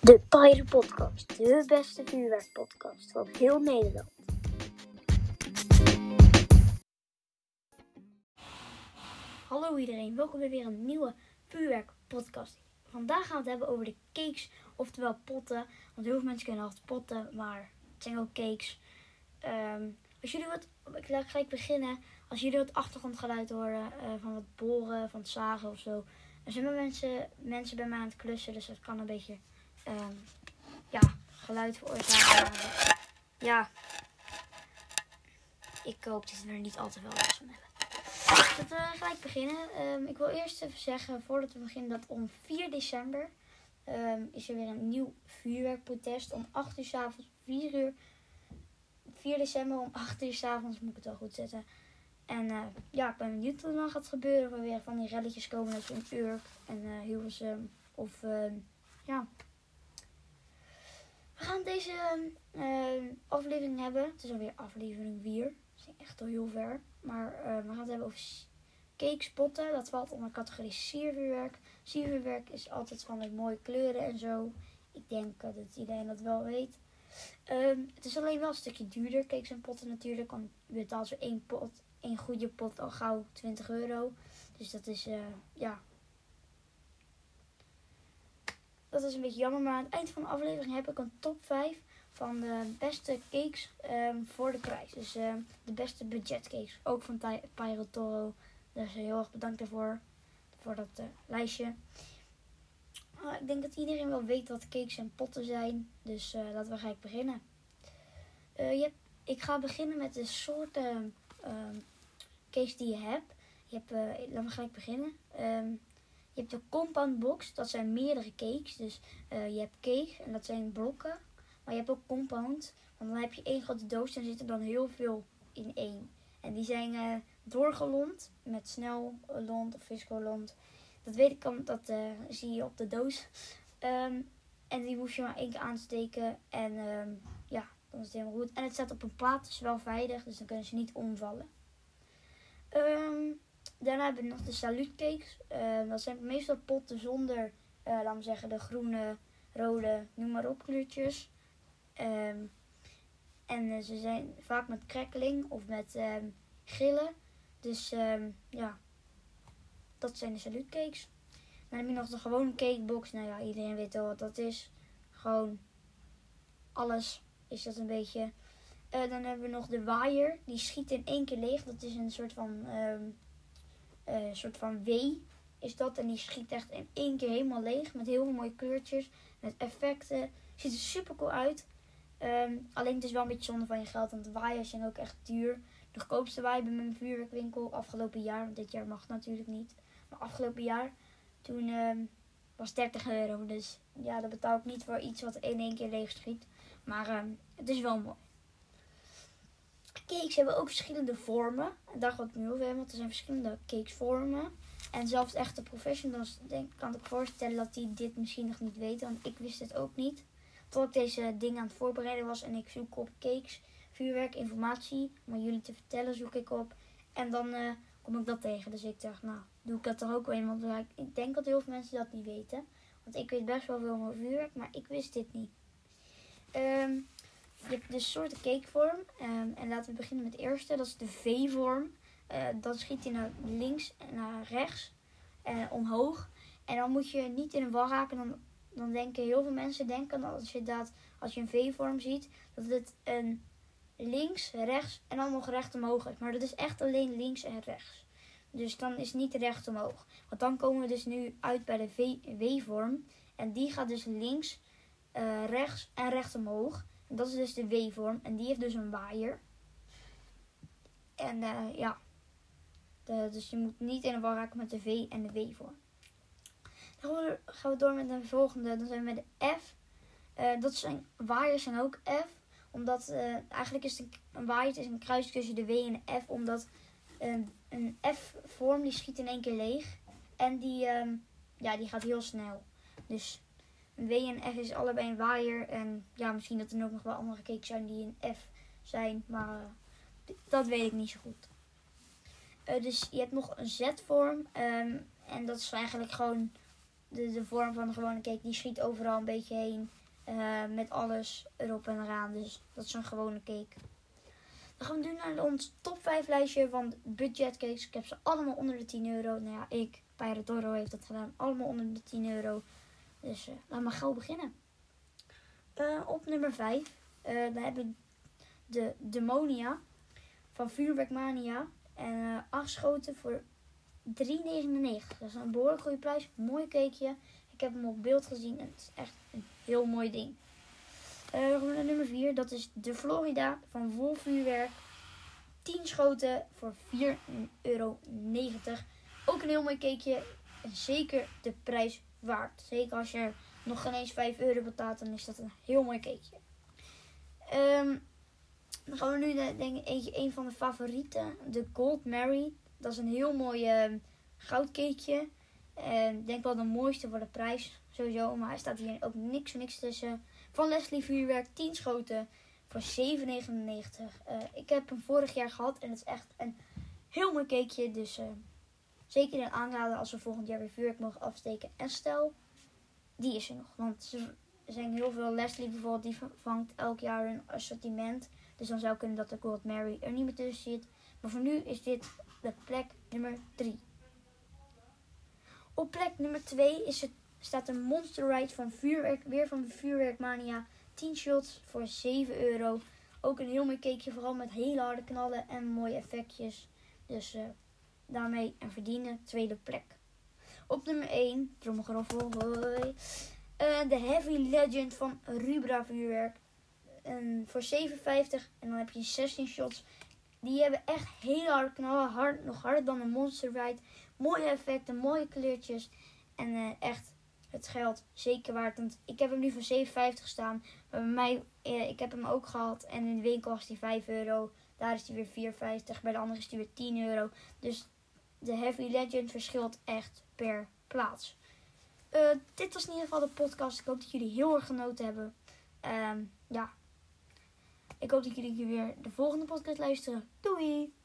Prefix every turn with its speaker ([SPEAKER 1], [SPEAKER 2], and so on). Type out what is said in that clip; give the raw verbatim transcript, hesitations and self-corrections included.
[SPEAKER 1] De Pyro Podcast, de beste vuurwerkpodcast van heel Nederland. Hallo iedereen, welkom bij weer een nieuwe vuurwerkpodcast. Vandaag gaan we het hebben over de cakes, oftewel potten. Want heel veel mensen kennen altijd potten, maar het zijn ook cakes. Um, als jullie wat, ik laat gelijk beginnen. Als jullie wat achtergrondgeluid horen uh, van wat boren, van het zagen of zo. Er zijn maar mensen, mensen bij mij aan het klussen, dus dat kan een beetje um, ja, geluid veroorzaken. Ja, ik hoop dat we er niet al te veel last van hebben. Laten we gelijk beginnen. Um, ik wil eerst even zeggen, voordat we beginnen, dat om vier december um, is er weer een nieuw vuurwerkprotest. Om acht uur 's avonds, vier uur, vier december om acht uur 's avonds, moet ik het wel goed zetten. En uh, ja, ik ben benieuwd wat er dan gaat gebeuren. Of er weer van die relletjes komen uit een Urk en uh, Hilversum. Of uh, ja. We gaan deze uh, aflevering hebben. Het is alweer aflevering vier. Dat is echt al heel ver. Maar uh, we gaan het hebben over cakes, potten. Dat valt onder categorie siervuurwerk. Siervuurwerk is altijd van de mooie kleuren en zo. Ik denk uh, dat iedereen dat wel weet. Um, het is alleen wel een stukje duurder, cakes en potten natuurlijk. Want je betaalt zo één pot, één goede pot al gauw twintig euro. Dus dat is, uh, ja... Dat is een beetje jammer, maar aan het eind van de aflevering heb ik een top vijf van de beste cakes um, voor de prijs. Dus uh, de beste budgetcakes, ook van Pyro Toro. Dus uh, heel erg bedankt daarvoor, voor dat uh, lijstje. Uh, ik denk dat iedereen wel weet wat cakes en potten zijn, dus uh, laten we gelijk beginnen. Uh, je hebt, ik ga beginnen met de soorten uh, cakes die je hebt. Je hebt uh, laten we gelijk beginnen. Um, Je hebt de compound box, dat zijn meerdere cakes. Dus uh, je hebt cake en dat zijn blokken. Maar je hebt ook compound, want dan heb je één grote doos en zitten dan heel veel in één. En die zijn uh, doorgelond met snellond of viscolond. Dat weet ik, dat uh, zie je op de doos. Um, en die hoef je maar één keer aansteken en um, ja, dan is het helemaal goed. En het staat op een plaat, dus wel veilig, dus dan kunnen ze niet omvallen. Um, Daarna hebben we nog de salutcakes. Uh, dat zijn meestal potten zonder, uh, laten we zeggen, de groene, rode, noem maar op kleurtjes. Um, en uh, ze zijn vaak met crackling of met um, grillen. Dus um, ja, dat zijn de salutcakes. Dan heb je nog de gewone cakebox. Nou ja, iedereen weet wel wat dat is. Gewoon alles is dat een beetje. Uh, dan hebben we nog de waaier. Die schiet in één keer leeg. Dat is een soort van... Um, Een uh, soort van W is dat. En die schiet echt in één keer helemaal leeg. Met heel veel mooie kleurtjes. Met effecten. Ziet er super cool uit. Um, alleen het is wel een beetje zonde van je geld. Want de waaiers zijn ook echt duur. De goedkoopste waaier bij mijn vuurwerkwinkel afgelopen jaar. Want dit jaar mag het natuurlijk niet. Maar afgelopen jaar. Toen um, was dertig euro. Dus ja, dat betaal ik niet voor iets wat in één keer leeg schiet. Maar um, het is wel mooi. Cakes hebben ook verschillende vormen. En daar gaat het nu over hebben, want er zijn verschillende cakesvormen. En zelfs echte professionals denk, kan ik voorstellen dat die dit misschien nog niet weten. Want ik wist het ook niet. Tot ik deze dingen aan het voorbereiden was en ik zoek op cakes, vuurwerk, informatie. Om aan jullie te vertellen zoek ik op. En dan uh, kom ik dat tegen. Dus ik dacht, nou, doe ik dat er ook wel in. Want uh, ik denk dat heel veel mensen dat niet weten. Want ik weet best wel veel over vuurwerk, maar ik wist dit niet. Um, Je hebt dus soorten cakevorm. Um, en laten we beginnen met de eerste. Dat is de V-vorm. Uh, dan schiet hij naar links en naar rechts. Uh, omhoog. En dan moet je niet in een war raken. Dan, dan denken heel veel mensen denken dat als je, dat, als je een V-vorm ziet. Dat het een links, rechts en dan nog recht omhoog is. Maar dat is echt alleen links en rechts. Dus dan is het niet recht omhoog. Want dan komen we dus nu uit bij de W-vorm. En die gaat dus links, uh, rechts en recht omhoog. En dat is dus de W-vorm. En die heeft dus een waaier. En uh, ja. De, dus je moet niet in de war raken met de V en de W-vorm. Dan gaan we door met de volgende. Dan zijn we met de F. Uh, dat zijn waaiers zijn ook F. Omdat uh, eigenlijk is het een, een waaier. Het is een kruis tussen de W en de F. Omdat een, een F-vorm die schiet in één keer leeg. En die, um, ja, die gaat heel snel. Dus... Een W en F is allebei een waaier. En ja, misschien dat er ook nog wel andere cakes zijn die een F zijn. Maar uh, dat weet ik niet zo goed. Uh, dus je hebt nog een Z-vorm. Um, en dat is eigenlijk gewoon de, de vorm van de gewone cake. Die schiet overal een beetje heen. Uh, met alles erop en eraan. Dus dat is een gewone cake. Dan gaan we nu naar ons top vijf lijstje van budgetcakes. Ik heb ze allemaal onder de tien euro. Nou ja, ik, Pyrodoro heeft dat gedaan. Allemaal onder de tien euro. Dus uh, laten we gauw beginnen. Uh, op nummer vijf. Uh, dan heb ik de Demonia van Vuurwerkmania. En uh, acht schoten voor drie negenennegentig. Dat is een behoorlijk goede prijs. Mooi cakeje. Ik heb hem op beeld gezien en het is echt een heel mooi ding. Uh, dan gaan we naar nummer vier. Dat is de Florida van Vol Vuurwerk. tien schoten voor vier euro negentig. Ook een heel mooi cakeje. En zeker de prijs waard. Zeker als je er nog geen eens vijf euro betaalt, dan is dat een heel mooi cakeje. Um, dan gaan we nu de, denk ik eentje, een van de favorieten. De Gold Mary. Dat is een heel mooi uh, goudcakeje. En ik denk wel de mooiste voor de prijs. Sowieso. Maar hij staat hier ook niks voor niks tussen. Van Leslie Vuurwerk. tien schoten voor zeven negenennegentig. Uh, ik heb hem vorig jaar gehad. En het is echt een heel mooi cakeje. Dus uh, zeker een aanrader als we volgend jaar weer vuurwerk mogen afsteken. En stel, die is er nog. Want er zijn heel veel. Leslie bijvoorbeeld, die vangt elk jaar een assortiment. Dus dan zou kunnen dat de Gold Mary er niet meer tussen zit. Maar voor nu is dit de plek nummer drie. Op plek nummer twee is het, staat een Monster Ride van vuurwerk. Weer van Vuurwerkmania. tien shots voor zeven euro. Ook een heel mooi cakeje. Vooral met hele harde knallen en mooie effectjes. Dus uh, daarmee een verdiende tweede plek. Op nummer één. Trommelgeroffel. Hoi. Uh, de Heavy Legend van Rubra Vuurwerk. Uh, voor zeven vijftig. En dan heb je zestien shots. Die hebben echt hele harde knallen. Hard, nog harder dan een Monster Ride. Mooie effecten, mooie kleurtjes. En uh, echt het geld zeker waard. Want ik heb hem nu voor zeven vijftig staan. Maar bij mij, uh, ik heb hem ook gehad. En in de winkel was hij vijf euro. Daar is hij weer vier vijftig. Bij de andere is hij weer tien euro. Dus de Heavy Legend verschilt echt per plaats. Uh, dit was in ieder geval de podcast. Ik hoop dat jullie heel erg genoten hebben. Um, ja. Ik hoop dat jullie weer de volgende podcast luisteren. Doei!